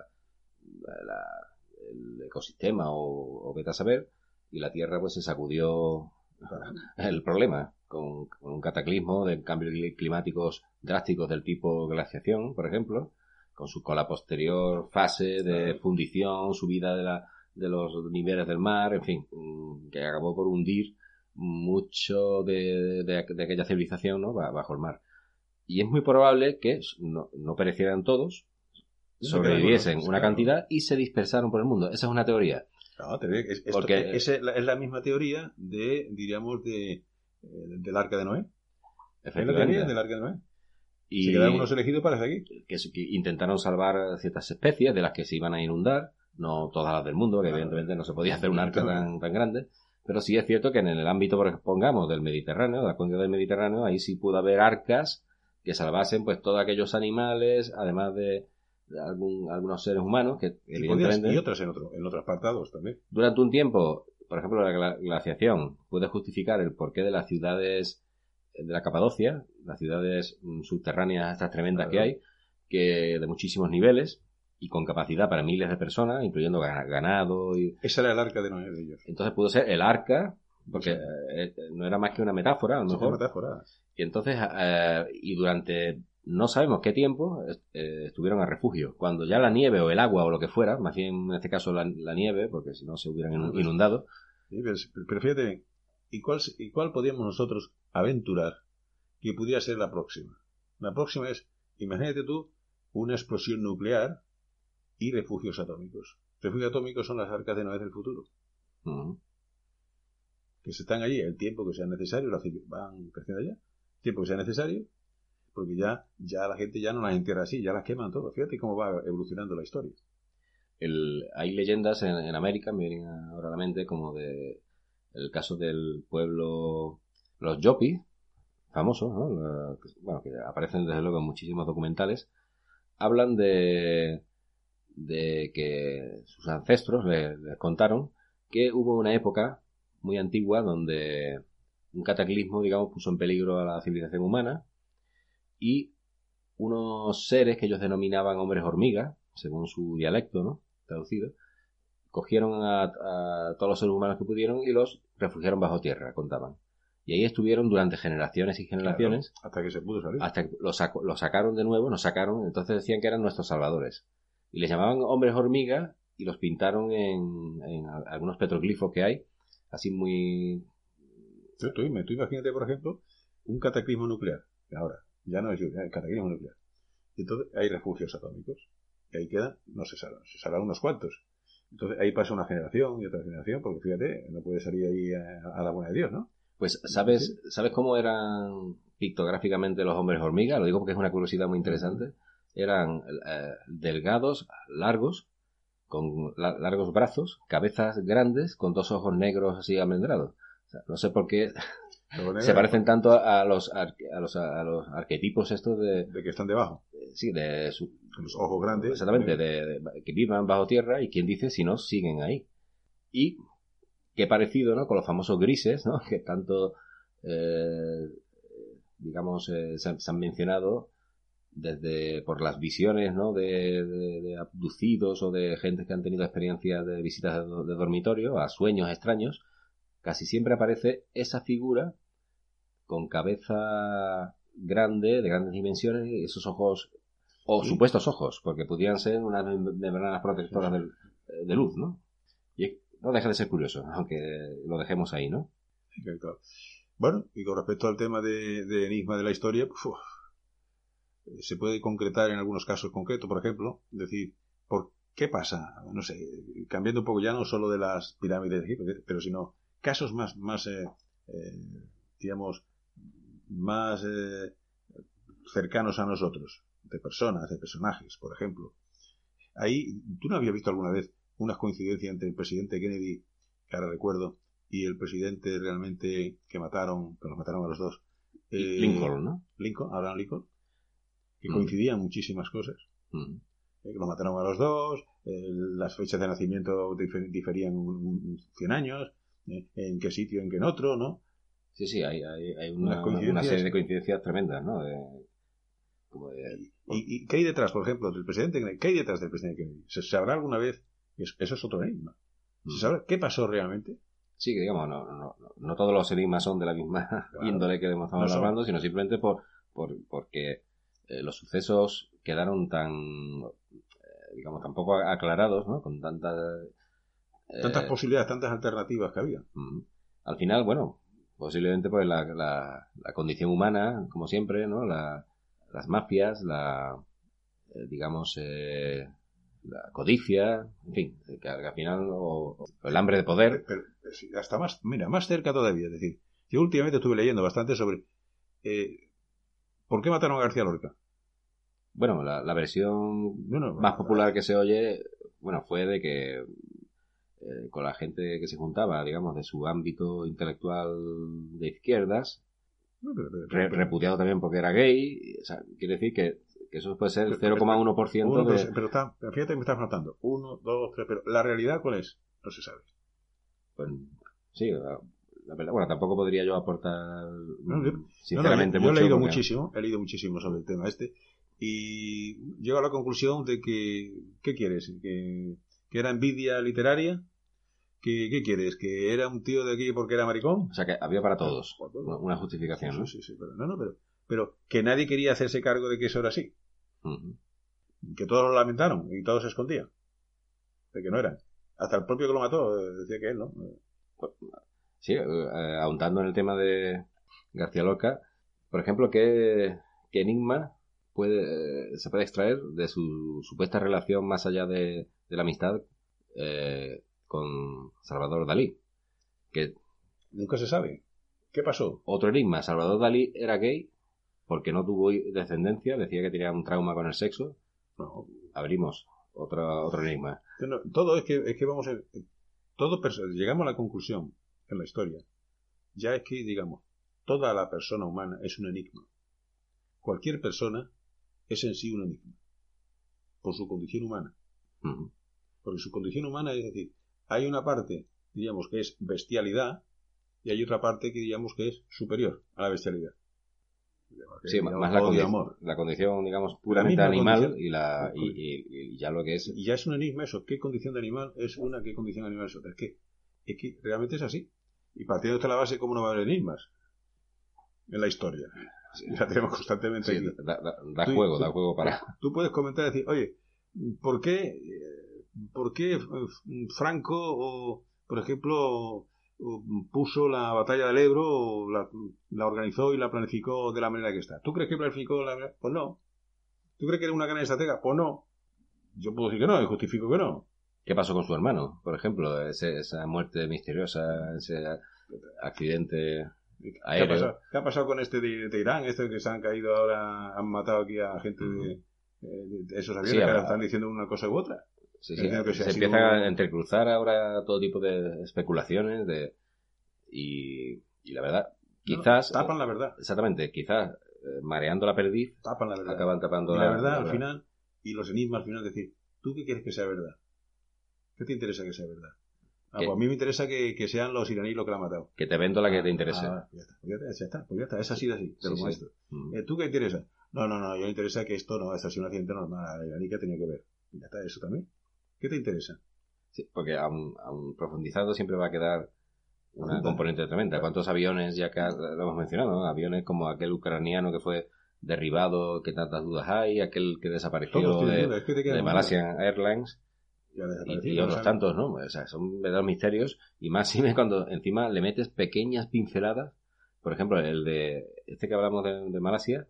la, el ecosistema o, o vete a saber, y la Tierra pues se sacudió el problema con, con un cataclismo de cambios climáticos drásticos del tipo glaciación, por ejemplo, con su cola posterior fase de fundición, subida de, la, de los niveles del mar, en fin, que acabó por hundir mucho de, de, de aquella civilización, ¿no?, bajo el mar. Y es muy probable que no, no perecieran todos, sobreviviesen una claro. cantidad y se dispersaron por el mundo. Esa es una teoría. No, es, esto, Porque, es, es, la, es la misma teoría de, diríamos, de, eh, del Arca de Noé. Efectivamente. Es la teoría del Arca de Noé. Y se quedaron unos elegidos para seguir. Que, que intentaron salvar ciertas especies de las que se iban a inundar, no todas las del mundo, que claro, evidentemente no se podía hacer un arca tan, tan grande, pero sí es cierto que en el ámbito, pongamos, del Mediterráneo, de la cuenca del Mediterráneo, ahí sí pudo haber arcas que salvasen pues todos aquellos animales, además de, de algún, algunos seres humanos que y evidentemente... Podías, y otras en, otro, en otros apartados también. Durante un tiempo, por ejemplo, la glaciación puede justificar el porqué de las ciudades de la Capadocia, las ciudades subterráneas estas tremendas claro. que hay, que de muchísimos niveles y con capacidad para miles de personas, incluyendo ganado y... Esa era el arca de Noé de ellos. Entonces pudo ser el arca, porque eh, no era más que una metáfora, a lo mejor. Una metáfora. Y entonces, eh, y durante no sabemos qué tiempo eh, estuvieron a refugio. Cuando ya la nieve o el agua o lo que fuera, más bien en este caso la, la nieve, porque si no se hubieran inundado. Sí, pero, pero fíjate, ¿y cuál, ¿y cuál podíamos nosotros aventurar que pudiera ser la próxima? La próxima es, imagínate tú, una explosión nuclear y refugios atómicos. Refugios atómicos son las arcas de Noé del futuro. Uh-huh. Que se están allí el tiempo que sea necesario, van creciendo allá, el tiempo que sea necesario, porque ya, ya la gente ya no las entierra así, ya las queman todo. Fíjate cómo va evolucionando la historia. El, hay leyendas en, en América, me vienen ahora a la mente, como de el caso del pueblo, los Yopi, famosos, ¿no? La, bueno, que aparecen desde luego en muchísimos documentales, hablan de, de que sus ancestros les, les contaron que hubo una época muy antigua donde un cataclismo, digamos, puso en peligro a la civilización humana y unos seres que ellos denominaban hombres hormiga, según su dialecto, ¿no? Traducido, cogieron a, a todos los seres humanos que pudieron y los refugiaron bajo tierra, contaban. Y ahí estuvieron durante generaciones y generaciones. Claro, hasta que se pudo salir. Hasta que los, saco, los sacaron de nuevo, nos sacaron, entonces decían que eran nuestros salvadores. Y les llamaban hombres hormiga y los pintaron en, en algunos petroglifos que hay, así muy... Tú, tú, tú imagínate, por ejemplo, un cataclismo nuclear, que ahora ya no es lluvia, es cataclismo nuclear. Y entonces hay refugios atómicos. Y ahí quedan, no se salvan, se salvan unos cuantos. Entonces ahí pasa una generación y otra generación, porque fíjate, no puede salir ahí a, a la buena de Dios, ¿no? Pues, ¿sabes, ¿sabes cómo eran pictográficamente los hombres hormiga? Lo digo porque es una curiosidad muy interesante. Eran eh, delgados, largos, con la, largos brazos, cabezas grandes, con dos ojos negros así almendrados. O sea, no sé por qué se parecen tanto a los, a los, a los arquetipos estos de... De que están debajo. De, sí, de... Su, los ojos grandes. Exactamente, de, de, que vivan bajo tierra y quien dice si no, siguen ahí. Y qué parecido, ¿no? Con los famosos grises, ¿no? Que tanto, eh, digamos, eh, se, se han mencionado desde por las visiones, ¿no? De, de, de abducidos o de gente que han tenido experiencias de visitas de, de dormitorio a sueños extraños. Casi siempre aparece esa figura con cabeza grande, de grandes dimensiones, y esos ojos, o sí. supuestos ojos, porque podrían ser unas membranas protectoras de, de luz, ¿no? Y no deja de ser curioso, aunque lo dejemos ahí, ¿no? Sí, claro. Bueno, y con respecto al tema de, de enigma de la historia, uf, se puede concretar en algunos casos concretos, por ejemplo, decir, ¿por qué pasa? No sé, cambiando un poco ya no solo de las pirámides de Egipto, pero sino casos más, más eh, eh, digamos, más eh, cercanos a nosotros, de personas, de personajes, por ejemplo. Ahí, ¿tú no habías visto alguna vez unas coincidencias entre el presidente Kennedy, que ahora recuerdo, y el presidente realmente que mataron, que los mataron a los dos? Eh, Lincoln, ¿no? Lincoln, Abraham Lincoln, que mm. coincidían muchísimas cosas. Mm. Eh, que los mataron a los dos, eh, las fechas de nacimiento difer- diferían un, un cien años, eh, en qué sitio, en qué en otro, ¿no? Sí, sí, hay, hay, hay una, una serie de coincidencias tremendas, ¿no? De, como de... ¿Y, ¿Y qué hay detrás, por ejemplo, del presidente Kennedy? ¿Qué hay detrás del presidente Kennedy? ¿Se sabrá alguna vez? Eso es otro enigma. ¿Se sabrá qué pasó realmente? Sí, que digamos, no, no, no todos los enigmas son de la misma claro, índole que hemos estado no hablando, sino simplemente por, por porque eh, los sucesos quedaron tan, eh, digamos, tan poco aclarados, ¿no? Con tantas... Eh, tantas posibilidades, tantas alternativas que había. Uh, al final, bueno, posiblemente pues la, la, la condición humana, como siempre, ¿no? La, las mafias, la, eh, digamos, eh, la codicia, en fin, que al final, o, o el hambre de poder. Pero, pero, hasta más, mira, más cerca todavía, es decir, yo últimamente estuve leyendo bastante sobre eh, ¿por qué mataron a García Lorca? Bueno, la, la versión Bueno, más popular que se oye, bueno, fue de que eh, con la gente que se juntaba, digamos, de su ámbito intelectual de izquierdas, no, pero, pero, re, pero, repudiado también porque era gay, o sea, quiere decir que, que eso puede ser el cero coma uno por ciento uno, de... pero, pero está, fíjate que me está faltando. Uno, dos, tres, pero ¿la realidad cuál es? No se sabe. Pues, sí, la, la verdad, bueno, tampoco podría yo aportar No, yo, sinceramente no, no, yo, yo mucho. he leído porque... muchísimo, he leído muchísimo sobre el tema este y llego a la conclusión de que, ¿qué quieres? ¿Que, que era envidia literaria? ¿Qué, ¿Qué quieres? ¿Que era un tío de aquí porque era maricón? O sea, que había para todos Ah, una, una justificación, sí, ¿no? Sí, sí, sí, pero, no, no, pero, pero que nadie quería hacerse cargo de que eso era así. Uh-huh. Que todos lo lamentaron y todos se escondían de que no eran. Hasta el propio que lo mató decía que él, ¿no? Pues, sí, eh, ahondando en el tema de García Lorca, por ejemplo, ¿qué, qué enigma puede, se puede extraer de su supuesta relación más allá de, de la amistad eh, con Salvador Dalí? Que nunca se sabe. ¿Qué pasó? otro enigma, Salvador Dalí era gay porque no tuvo descendencia, decía que tenía un trauma con el sexo. No. Abrimos otro, otro enigma. No, todo es que, es que vamos a... Todo, llegamos a la conclusión en la historia. Ya es que, digamos, toda la persona humana es un enigma. Cualquier persona es en sí un enigma. Por su condición humana. Uh-huh. Porque su condición humana es decir, hay una parte, digamos, que es bestialidad y hay otra parte que, digamos, que es superior a la bestialidad. Que, sí, digamos, más la, condi amor. la condición, digamos, puramente animal y, la, y, y, y ya lo que es... Y ya es un enigma eso. ¿Qué condición de animal es una? ¿Qué condición animal es otra? Es que, es que realmente es así. Y partiendo de la base, ¿cómo no va a haber enigmas en la historia? Sí. La tenemos constantemente sí, aquí. Da, da, da tú, juego, tú, da juego para... Tú puedes comentar y decir, oye, ¿por qué, ¿por qué Franco, o, por ejemplo, puso la batalla del Ebro, o la, la organizó y la planificó de la manera que está? ¿Tú crees que planificó la manera? Pues no. ¿Tú crees que era una gran estratega? Pues no. Yo puedo decir que no, y justifico que no. ¿Qué pasó con su hermano, por ejemplo? Ese, esa muerte misteriosa, ese accidente aéreo. ¿Qué ha pasado, ¿Qué ha pasado con este de, de Irán? Este que se han caído ahora, han matado aquí a gente uh-huh. de, de, de esos aviones sí, que ahora están diciendo una cosa u otra. Sí, sí, que se, se empiezan sido... a entrecruzar ahora todo tipo de especulaciones de y, y la verdad, quizás... No, tapan la verdad. Exactamente, quizás eh, mareando la perdiz tapan la verdad. Acaban tapando y la, la verdad. la al verdad. final, y los enigmas al final, decir, ¿tú qué quieres que sea verdad? ¿Qué te interesa que sea verdad? Ah, pues a mí me interesa que, que sean los iraníes los que la han matado. Que te vendo la que te interese. Ah, ya está, ya está, ya está, pues ya está, es así de así, de sí, lo sí. maestro. Mm. Eh, ¿Tú qué interesa? No, no, no, yo me interesa que esto no, esto ha sido un accidente normal, el iraní que tenía que ver. Ya está, eso también. ¿Qué te interesa? Sí, porque aún, aún profundizando siempre va a quedar una ¿Cuánta? componente tremenda. ¿Cuántos aviones ya que lo hemos mencionado? ¿no? Aviones como aquel ucraniano que fue derribado, que tantas dudas hay, aquel que desapareció de, es que de Malaysia Airlines. Y, y otros ¿sabes? tantos, ¿no? O sea, son verdaderos misterios y más si me cuando encima le metes pequeñas pinceladas. Por ejemplo, el de este que hablamos de, de Malasia,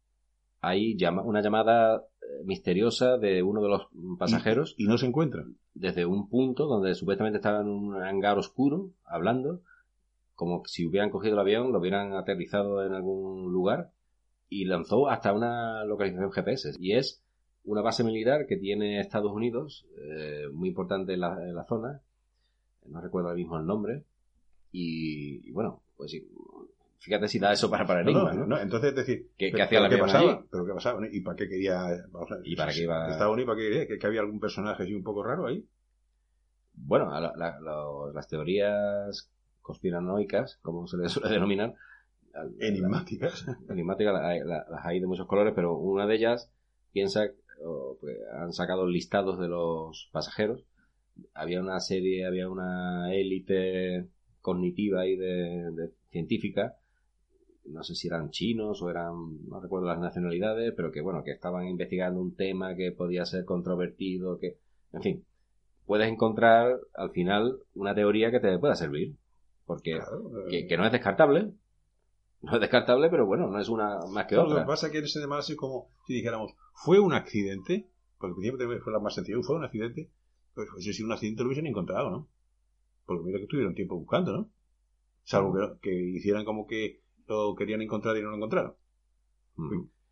hay llama, una llamada misteriosa de uno de los pasajeros y, y no se encuentra desde un punto donde supuestamente estaba en un hangar oscuro hablando, como si hubieran cogido el avión, lo hubieran aterrizado en algún lugar y lanzó hasta una localización G P S y es una base militar que tiene Estados Unidos, eh, muy importante en la, en la zona, no recuerdo ahora mismo el nombre, y, y bueno, pues sí, fíjate si da eso para, para enigmas, ¿no? ¿no? no Entonces, es decir, ¿qué, pero, ¿qué hacía la ¿qué pasaba? allí? ¿Pero qué pasaba? ¿Y para qué quería? Vamos a ver, ¿Y para qué iba? ¿Estados Unidos para qué quería? ¿Que, que había algún personaje así un poco raro ahí? Bueno, la, la, la, las teorías conspiranoicas, como se les suele denominar, enigmáticas, la, enigmáticas las la, la hay de muchos colores, pero una de ellas piensa o, pues, han sacado listados de los pasajeros. Había una serie, había una élite cognitiva ahí de, de científica, no sé si eran chinos o eran, no recuerdo las nacionalidades, pero que bueno, que estaban investigando un tema que podía ser controvertido, que, en fin, puedes encontrar al final una teoría que te pueda servir, porque claro, eh... que, que no es descartable. No es descartable, pero bueno, no es una más que no, otra. Lo que pasa es que en ese demás es como si dijéramos, ¿fue un accidente? Porque siempre fue la más sencilla, ¿fue un accidente? Pues, pues si un accidente lo hubiesen encontrado, ¿no? Porque mira que tuvieron tiempo buscando, ¿no? Salvo uh-huh. que, que hicieran como que lo querían encontrar y no lo encontraron. Uh-huh.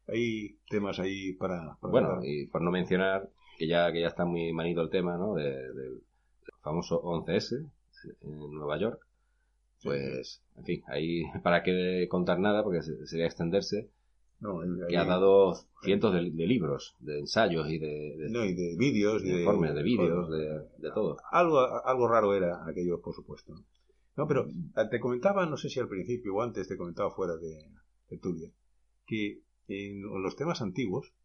hay temas ahí para... para bueno, tratar. y por no mencionar que ya que ya está muy manido el tema, ¿no? De, del famoso once ese en Nueva York. Pues, sí. En fin, ahí para qué contar nada, porque sería extenderse. No, ahí, que ha dado cientos de, de libros, de ensayos y de, de, no, y de vídeos, de informes, de, de vídeos, de, de todo. Algo, algo raro era aquello, por supuesto. No, pero te comentaba, no sé si al principio o antes te comentaba fuera de tertulia, que en los temas antiguos,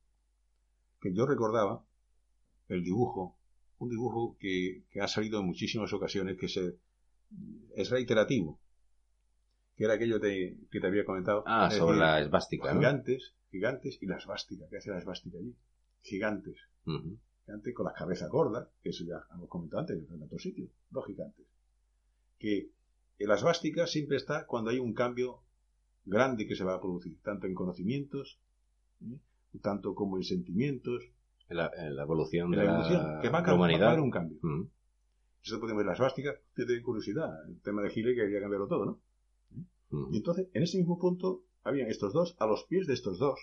que yo recordaba el dibujo, un dibujo que, que ha salido en muchísimas ocasiones, que se, es reiterativo, que era aquello de, que te había comentado. Ah, sobre decir, la esvástica, gigantes, ¿no? Gigantes y la esvástica. ¿Qué hace la esvástica allí? Gigantes. Uh-huh. Gigantes con las cabezas gordas, que eso ya hemos comentado antes en otro sitio. Los gigantes. Que la esvástica siempre está cuando hay un cambio grande que se va a producir, tanto en conocimientos, ¿eh? tanto como en sentimientos. En la, en la evolución en de la, evolución, la, que va a, la humanidad. Va a haber un cambio. Uh-huh. Eso podemos ver la esvástica, que te da curiosidad. El tema de Hitler que quería cambiarlo todo, ¿no? Y entonces, en ese mismo punto, habían estos dos, a los pies de estos dos,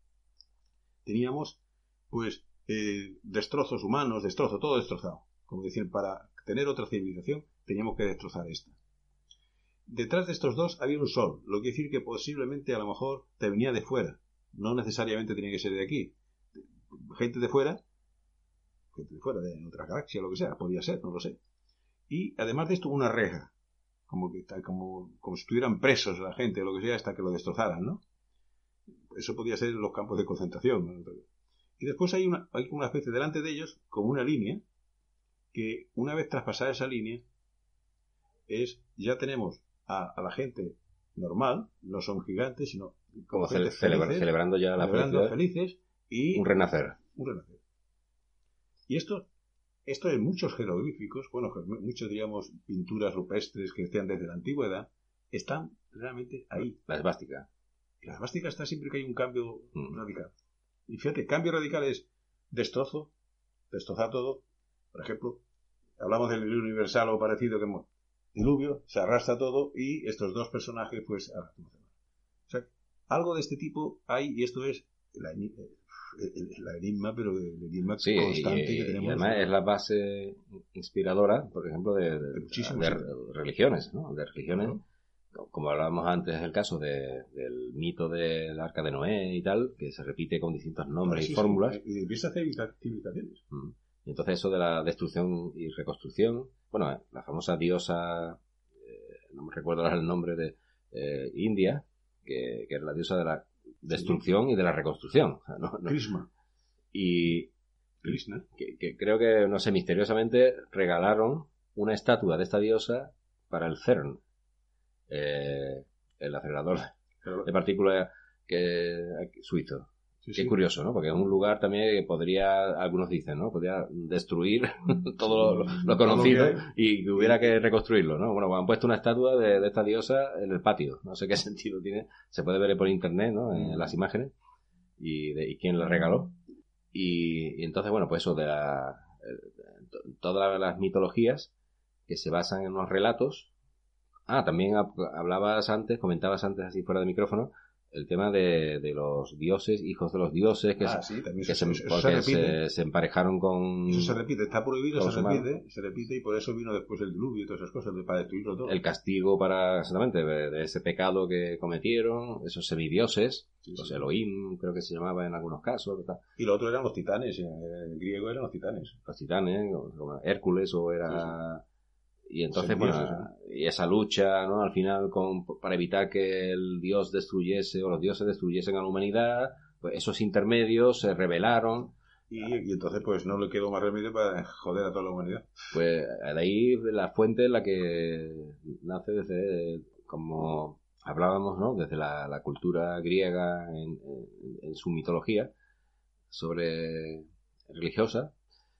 teníamos, pues, eh, destrozos humanos, destrozo, todo destrozado. Como decir, para tener otra civilización, teníamos que destrozar esta. Detrás de estos dos había un sol, lo que quiere decir que posiblemente, a lo mejor, te venía de fuera. No necesariamente tenía que ser de aquí. Gente de fuera, gente de fuera, de otra galaxia, lo que sea, podía ser, no lo sé. Y, además de esto, una reja. Como que como, como si estuvieran presos la gente o lo que sea hasta que lo destrozaran, ¿no? Eso podía ser los campos de concentración, ¿no? Y después hay una, hay una especie delante de ellos como una línea que una vez traspasada esa línea es ya tenemos a, a la gente normal, no son gigantes sino como cele- felices, celebrando ya la celebrando felices y un renacer. Un renacer. Y esto Esto en muchos jeroglíficos, bueno, muchos, digamos, pinturas rupestres que están desde la antigüedad, están realmente ahí. La esvástica. La esvástica está siempre que hay un cambio mm. radical. Y fíjate, cambio radical es destrozo, destrozar todo. Por ejemplo, hablamos del diluvio universal o parecido, que diluvio, se arrastra todo y estos dos personajes, pues, arrastran. O sea, algo de este tipo hay, y esto es la, el enigma, pero el enigma sí, constante y, que tenemos. Y además es la base inspiradora, por ejemplo, de, de, de, de, de religiones, ¿no? De religiones, uh-huh. Como hablábamos antes, el caso de, del mito del Arca de Noé y tal, que se repite con distintos nombres sí, y fórmulas. Sí. Y empieza a hacer civilizaciones. Uh-huh. Y entonces eso de la destrucción y reconstrucción, bueno, la famosa diosa, eh, no me recuerdo ahora el nombre de eh, India, que, que es la diosa de la destrucción sí. y de la reconstrucción. O sea, no, no. Krishna. Y Krishna. Que, que creo que, no sé, misteriosamente regalaron una estatua de esta diosa para el CERN, eh, el acelerador Pero... de partículas que, suizo. Sí, Qué sí. curioso, ¿no? Porque es un lugar también que podría, algunos dicen, ¿no? Podría destruir todo sí, lo, lo conocido todo lo que y que hubiera que reconstruirlo, ¿no? Bueno, pues han puesto una estatua de, de esta diosa en el patio. No sé qué sentido tiene. Se puede ver por internet, ¿no? En las imágenes. Y, de, y quién la regaló. Y, y entonces, bueno, pues eso de la, de todas las mitologías que se basan en unos relatos. Ah, también hablabas antes, comentabas antes así fuera de micrófono, el tema de, de los dioses, hijos de los dioses, que, ah, se, sí, también que eso, se, eso se, se, se emparejaron con... Eso se repite, está prohibido, se repite, humanos. se repite y por eso vino después el diluvio y todas esas cosas, para destruirlo todo. El castigo para, exactamente, de, de ese pecado que cometieron, esos semidioses, sí, los sí. Elohim, creo que se llamaba en algunos casos. ¿Verdad? Y lo otro eran los titanes, en griego eran los titanes. Los titanes, como Hércules o era... Sí, sí. Y entonces, bueno, y esa lucha, ¿no? Al final, con, para evitar que el dios destruyese o los dioses destruyesen a la humanidad, pues esos intermedios se rebelaron. Y, y entonces, pues no le quedó más remedio para joder a toda la humanidad. Pues de ahí la fuente es la que nace desde, como hablábamos, ¿no? Desde la, la cultura griega en, en, en su mitología sobre religiosa.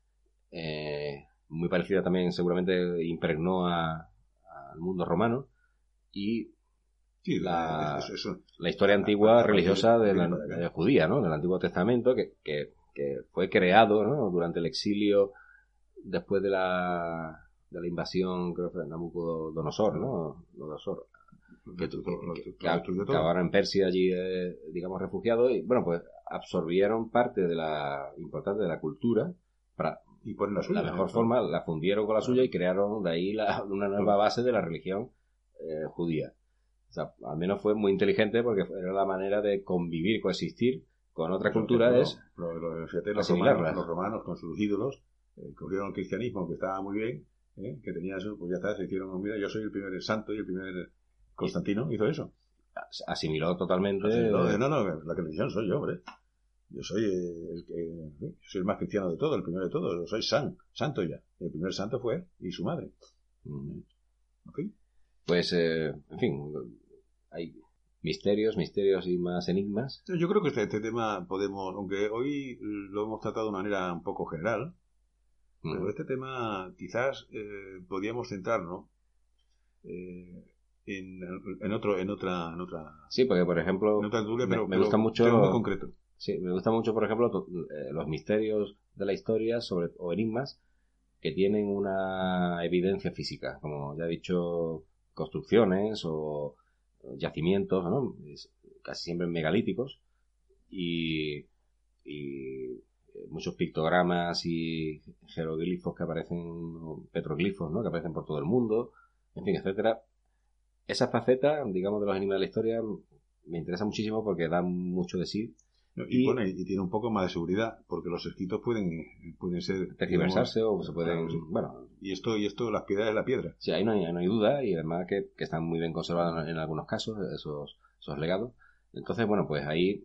Eh, muy parecida también seguramente impregnó a, al mundo romano y sí, la, eso, eso. la historia antigua religiosa de la, de la judía, ¿no? Del Antiguo Testamento que, que, que fue creado, ¿no? Durante el exilio después de la, de la invasión, creo que fue Nabucodonosor, ¿no? Nabucodonosor. que, que, lo, que, lo, que lo acabaron en Persia allí, eh, digamos, refugiados, y bueno, pues absorbieron parte de la importante de la cultura para y ponen la suya, la mejor ¿no? forma, la fundieron con la claro. suya y crearon de ahí la, una nueva base de la religión eh, judía. O sea, al menos fue muy inteligente porque era la manera de convivir, coexistir con otra Pero, cultura, pero, es pero, pero, fíjate, los asimilarla. romanos, los romanos con sus ídolos eh, cogieron el cristianismo, que estaba muy bien, eh, que tenía eso, pues ya está, se hicieron, mira, yo soy el primer santo y el primer Constantino hizo eso. Asimiló totalmente. Asimiló, no, no, la religión soy yo, hombre. Yo soy el, el, el, soy el más cristiano de todos, el primero de todos, yo soy san, santo ya. El primer santo fue él y su madre. Mm. ¿Okay? Pues, eh, en fin, hay misterios, misterios y más enigmas. Yo creo que este, este tema podemos, aunque hoy lo hemos tratado de una manera un poco general, mm. pero este tema quizás eh, podríamos centrarnos eh, en, en otro, en otra, en otra. Sí, porque por ejemplo, en otra altura, me, pero, me pero gusta mucho. Pero muy concreto. Sí, me gusta mucho, por ejemplo, eh, los misterios de la historia sobre o enigmas que tienen una evidencia física, como ya he dicho, construcciones o yacimientos, ¿no? Es, casi siempre megalíticos y, y muchos pictogramas y jeroglifos que aparecen, o petroglifos, ¿no? Que aparecen por todo el mundo, en fin, etcétera. Esa faceta, digamos, de los enigmas de la historia me interesa muchísimo porque dan mucho de sí. Y, y, pone, y tiene un poco más de seguridad, porque los escritos pueden, pueden ser tergiversarse o se pueden, claro, sí. bueno, y esto y esto las piedras es la piedra. Sí, ahí no hay, no hay duda, y además que, que están muy bien conservados en algunos casos esos, esos legados. Entonces, bueno, pues ahí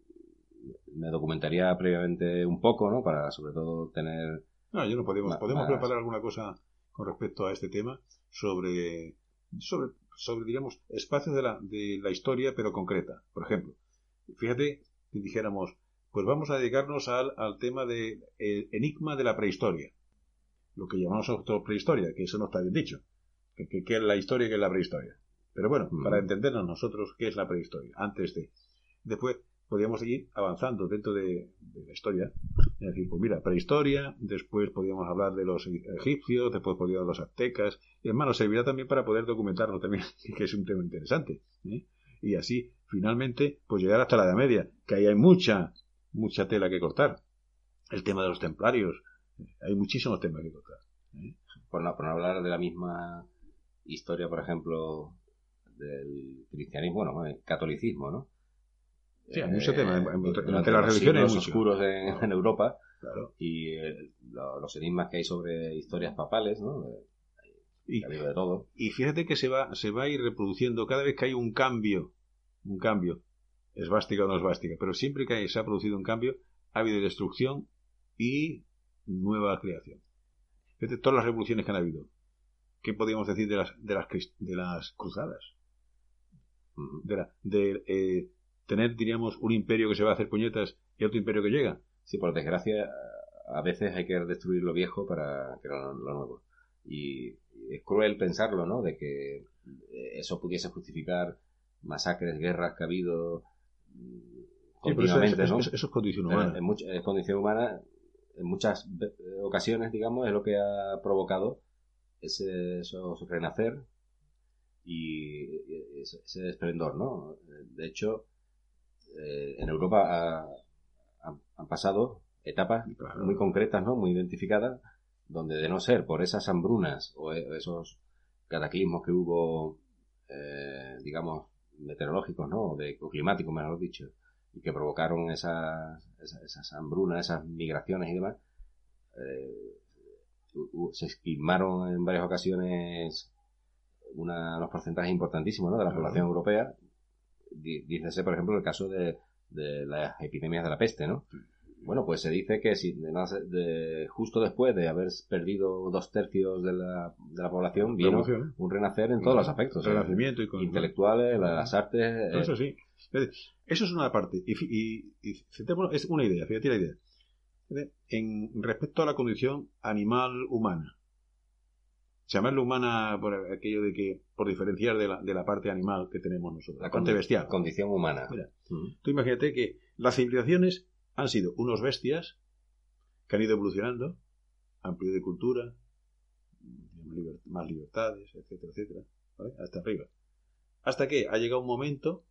me documentaría previamente un poco, ¿no? Para sobre todo tener. No, yo no podemos, más, podemos más... preparar alguna cosa con respecto a este tema sobre sobre sobre digamos espacios de la de la historia pero concreta. Por ejemplo, fíjate si dijéramos, pues vamos a dedicarnos al, al tema de el enigma de la prehistoria, lo que llamamos nosotros prehistoria, que eso no está bien dicho, que, que, que es la historia y que es la prehistoria. Pero bueno, mm. para entendernos nosotros qué es la prehistoria, antes de. Después podríamos seguir avanzando dentro de, de la historia, es decir, pues mira, prehistoria, después podríamos hablar de los egipcios, después podríamos hablar de los aztecas, y hermano, servirá también para poder documentarlo también, que es un tema interesante, ¿eh? Y así, finalmente, pues llegar hasta la Edad Media, que ahí hay mucha, mucha tela que cortar. El tema de los templarios, hay muchísimos temas que cortar, ¿eh? Por no, por no hablar de la misma historia, por ejemplo, del cristianismo, bueno, el catolicismo, ¿no? Sí, hay mucho eh, tema. Entre durante las religiones siglos oscuros en, en Europa, claro. Y eh, lo, los enigmas que hay sobre historias papales, ¿no? Y, de todo. Y fíjate que se va, se va a ir reproduciendo cada vez que hay un cambio, un cambio, esvástica o no esvástica, pero siempre que hay, se ha producido un cambio, ha habido destrucción y nueva creación. Fíjate todas las revoluciones que han habido. ¿Qué podríamos decir de las de las, de las cruzadas? Uh-huh. De, la, de eh, tener, diríamos, un imperio que se va a hacer puñetas y otro imperio que llega. Sí, por desgracia, a veces hay que destruir lo viejo para crear lo, lo nuevo. Y es cruel pensarlo, ¿no? De que eso pudiese justificar masacres, guerras que ha habido continuamente, sí, eso, ¿no? Eso, eso es condición humana. En mucha, es condición humana. En muchas ocasiones, digamos, es lo que ha provocado ese, esos renacer y ese, ese esplendor, ¿no? De hecho, eh, en Europa ha, han, han pasado etapas claro. muy concretas, ¿no? Muy identificadas, donde de no ser por esas hambrunas o esos cataclismos que hubo, eh, digamos, meteorológicos, ¿no? De climáticos, mejor dicho, y que provocaron esas, esas, esas hambrunas, esas migraciones y demás, eh, se esquilmaron en varias ocasiones una, unos porcentajes importantísimos, ¿no? De la claro. población europea. Dícese, por ejemplo, el caso de, de las epidemias de la peste, ¿no? Bueno, pues se dice que si de, de, justo después de haber perdido dos tercios de la, de la población, vino Revolución. un renacer en todos los aspectos. Renacimiento y con... intelectuales, las artes... No, eso sí. Eso es una parte. Y, y, y es una idea, fíjate la idea. En respecto a la condición animal humana. Llamarlo humana por aquello de que, por diferenciar de la, de la parte animal que tenemos nosotros. La, la parte bestial. Condición humana. Mira, uh-huh. Tú imagínate que las civilizaciones han sido unos bestias que han ido evolucionando, amplio de cultura, más libertades, etcétera, etcétera, ¿vale? Hasta arriba. Hasta que ha llegado un momento,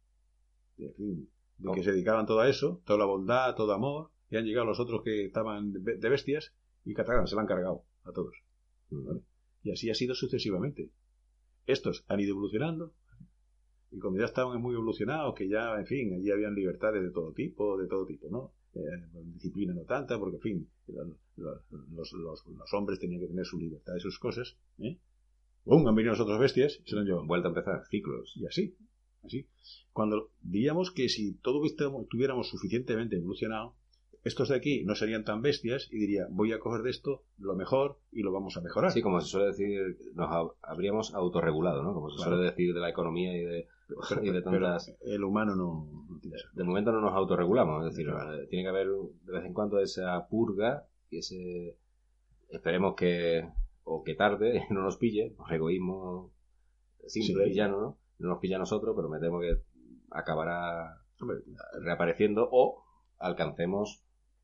en fin, de que Oh. se dedicaban todo a eso, toda la bondad, todo amor, y han llegado los otros que estaban de de bestias y Catagán se la han cargado a todos. ¿Vale? Y así ha sido sucesivamente. Estos han ido evolucionando y cuando ya estaban muy evolucionados, que ya, en fin, allí habían libertades de todo tipo, de todo tipo, ¿no? Eh, disciplina no tanta, porque, en fin, los, los, los, los hombres tenían que tener su libertad y sus cosas, ¿eh? ¡Bum! Han venido los otros bestias y se lo han llevado. Vuelta a empezar, ciclos. Y así, así. Cuando diríamos que si todo estuviéramos suficientemente evolucionado, estos de aquí no serían tan bestias y diría, voy a coger de esto lo mejor y lo vamos a mejorar. Sí, como se suele decir, nos ha- habríamos autorregulado, ¿no? Como se Claro. suele decir de la economía y de, Pero, y de tantas... pero el humano no, no tiene eso. De momento no nos autorregulamos, es decir, Claro. eh, tiene que haber de vez en cuando esa purga y ese... Esperemos que, o que tarde, no nos pille, por egoísmo simple Sí. y llano, ¿no? No nos pilla a nosotros, pero me temo que acabará Hombre, reapareciendo o alcancemos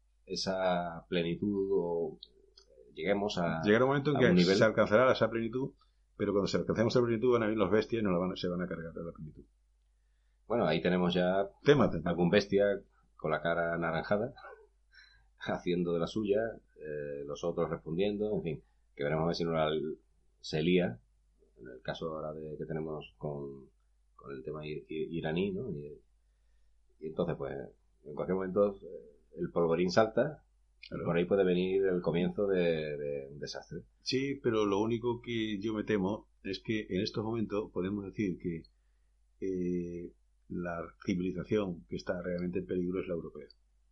esa plenitud o lleguemos a... llegará un momento en a que un nivel- se alcanzará esa plenitud, pero cuando se alcancemos esa plenitud van a venir los bestias y no la van, se van a cargar de la plenitud. Bueno, ahí tenemos ya Tema, tema. algún bestia con la cara anaranjada haciendo de la suya, eh, los otros respondiendo, en fin, que veremos a ver si no la, se lía, en el caso ahora de, que tenemos con, con el tema ir- ir- iraní, ¿no? Y, y entonces, pues, en cualquier momento eh, el polvorín salta Claro. y por ahí puede venir el comienzo de, de un desastre. Sí, pero lo único que yo me temo es que en estos momentos podemos decir que eh, la civilización que está realmente en peligro es la europea.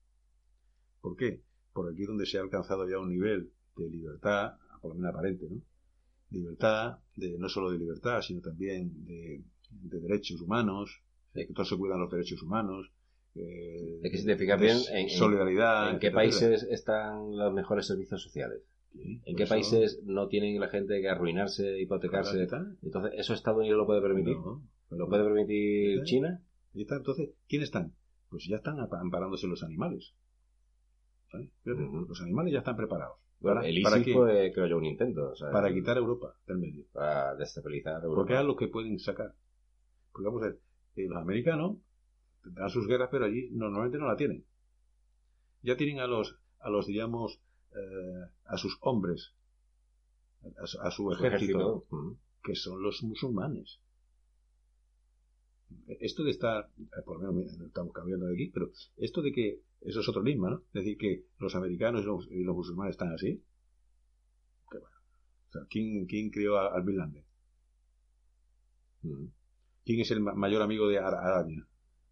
¿Por qué? Por aquí donde se ha alcanzado ya un nivel de libertad, por lo menos aparente, ¿no? Libertad, de, no solo de libertad, sino también de, de derechos humanos, de que todos se cuidan los derechos humanos. Eh, Es que si te fijas de bien, en, en- solidaridad. ¿en qué etcétera, países están los mejores servicios sociales? Sí, ¿En por qué eso- países no tienen la gente que arruinarse, hipotecarse? Ahí está. Entonces, ¿eso Estados Unidos lo puede permitir? No, ¿Lo puede permitir Sí. China? ahí está. Entonces, ¿quiénes están? Pues ya están apa- amparándose los animales. ¿Sabes? Fíjate, Ujú. los animales ya están preparados. Bueno, ¿Para, el ¿para ISIS qué? fue, creo yo, un intento. O sea, Para quitar a Europa del medio. para destabilizar Europa. Porque es lo que pueden sacar. Porque vamos a ver, eh, los americanos tendrán sus guerras, pero allí normalmente no la tienen. Ya tienen a los, a los digamos, eh, a sus hombres, a, su- a su Su ejército, ejército, ujú. que son los musulmanes. Esto de estar, eh, por lo menos mira, estamos cambiando de aquí, pero esto de que, eso es otro enigma, ¿no? Es decir, que los americanos y los, y los musulmanes están así. Que bueno. O sea, ¿quién, quién creó a- al Bin Laden? Ujú. ¿Quién es el ma- mayor amigo de Ara- Arabia?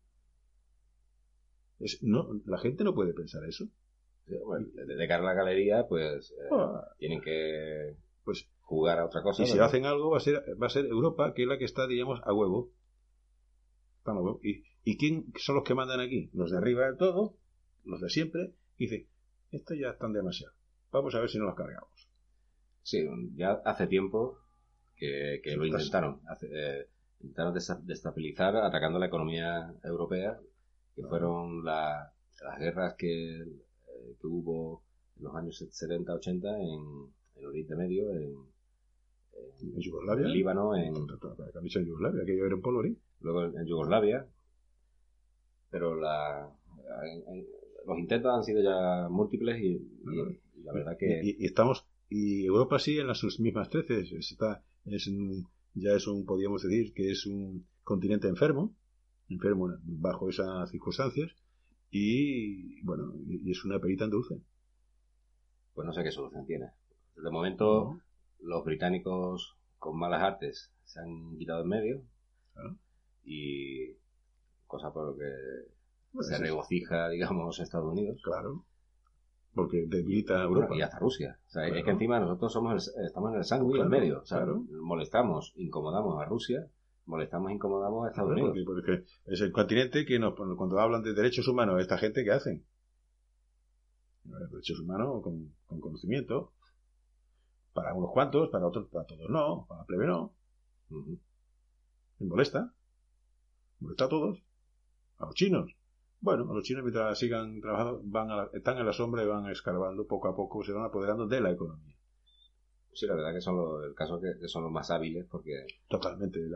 Es, no, la gente no puede pensar eso. Sí, bueno, de, de cara a la galería, pues eh, Ah. tienen que Pues, jugar a otra cosa. y si pero- hacen algo, va a ser, va a ser Europa, que es la que está, digamos, a huevo. Están a huevo. ¿Y, ¿Y quién son los que mandan aquí? Los de arriba del todo, los de siempre, y dice, estos ya están demasiado. Vamos a ver si no los cargamos. Sí, ya hace tiempo que, que lo Estás- intentaron. Hace, eh, intentaron desa- destabilizar atacando la economía europea, que Ah. fueron la- las guerras que, eh, que hubo en los años setenta ochenta en, en Oriente Medio, en, En Yugoslavia. en Líbano, en, Que han dicho en Yugoslavia, que yo era un polvorín. luego en, en Yugoslavia. Pero la, en- en- los intentos han sido ya múltiples y, y- y la verdad que... Y, y estamos, y Europa sigue en las sus mismas treces. Está, es un, ya es un, podríamos decir, que es un continente enfermo, enfermo bajo esas circunstancias, y bueno, y, y es una perita en dulce. Pues no sé qué solución tiene. De momento, los británicos con malas artes se han quitado en medio Claro. y cosa por lo que Bueno, se eso es- regocija, digamos, Estados Unidos. Claro. Porque debilita a Bueno, Europa. y hasta Rusia. O sea, Claro. es que encima nosotros somos el- estamos en el sándwich Claro, en medio. O sea, claro. molestamos, incomodamos a Rusia, molestamos, incomodamos a Estados Claro, Unidos. porque, porque es el continente que nos, cuando hablan de derechos humanos, esta gente, ¿qué hacen? Derechos humanos con, con conocimiento. Para unos cuantos, para otros, para todos no, para la plebe no. Ujú. Me molesta. Molesta a todos. A los chinos. Bueno, a los chinos mientras sigan trabajando, van a la- están en la sombra y van escarbando poco a poco, se van apoderando de la economía. Sí, la verdad que son los, el caso que, que son los más hábiles porque Totalmente. La,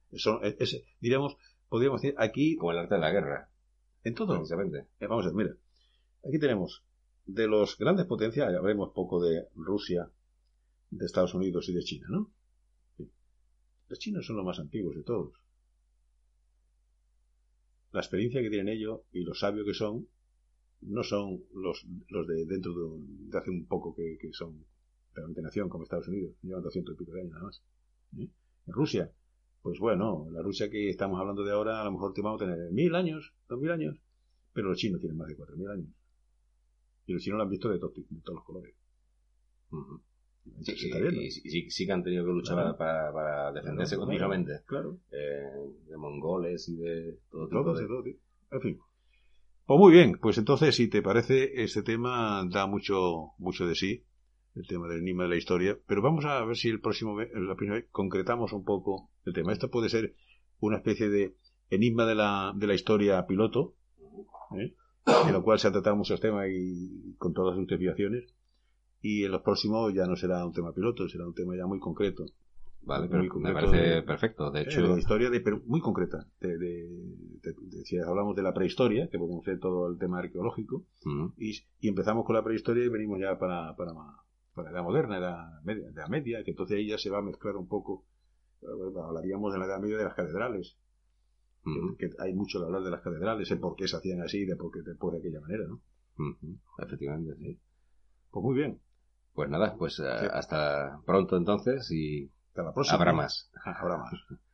Son, es, es, diríamos, podríamos decir aquí... Como el arte de la guerra. En todo. Precisamente. Eh, vamos a ver, mira. Aquí tenemos de los grandes potencias, ya vemos poco de Rusia, de Estados Unidos y de China, ¿no? Sí. Los chinos son los más antiguos de todos. La experiencia que tienen ellos y lo sabios que son, no son los, los de dentro de, de hace un poco que, que son realmente nación como Estados Unidos, llevan doscientos y pico de años nada más. ¿Eh? En Rusia, pues bueno, la Rusia que estamos hablando de ahora, a lo mejor te vamos a tener mil años, dos mil años, pero los chinos tienen más de cuatro mil años. Y los chinos lo han visto de, to de todos los colores. Uh-huh. Sí, sí, y, y sí, sí que han tenido que luchar claro. para, para defenderse claro, continuamente. Claro. Eh, de mongoles y de todo tipo todo, de... de todo. En fin. Pues muy bien, pues entonces, si te parece, este tema da mucho, mucho de sí, el tema del enigma de la historia, pero vamos a ver si el próximo vez, la próxima vez concretamos un poco el tema. Esto puede ser una especie de enigma de la, de la historia piloto, ¿eh? En lo cual se han tratado muchos temas y con todas sus desviaciones, y en los próximos ya no será un tema piloto, será un tema ya muy concreto. Vale, pero concreto me parece de, perfecto. De hecho, de la historia, de, pero muy concreta. De, de, de, de, si hablamos de la prehistoria, que podemos hacer todo el tema arqueológico, uh-huh. y, y empezamos con la prehistoria y venimos ya para, para, para la edad moderna, edad media, de la media, que entonces ahí ya se va a mezclar un poco. Hablaríamos de la edad media de las catedrales. Uh-huh. Que, que hay mucho que hablar de las catedrales, el por qué se hacían así, de por qué después de aquella manera, ¿no? Uh-huh. Efectivamente, sí. Pues muy bien. Pues nada, pues uh, sí. Hasta pronto entonces y hasta la próxima. Habrá más. Habrá más.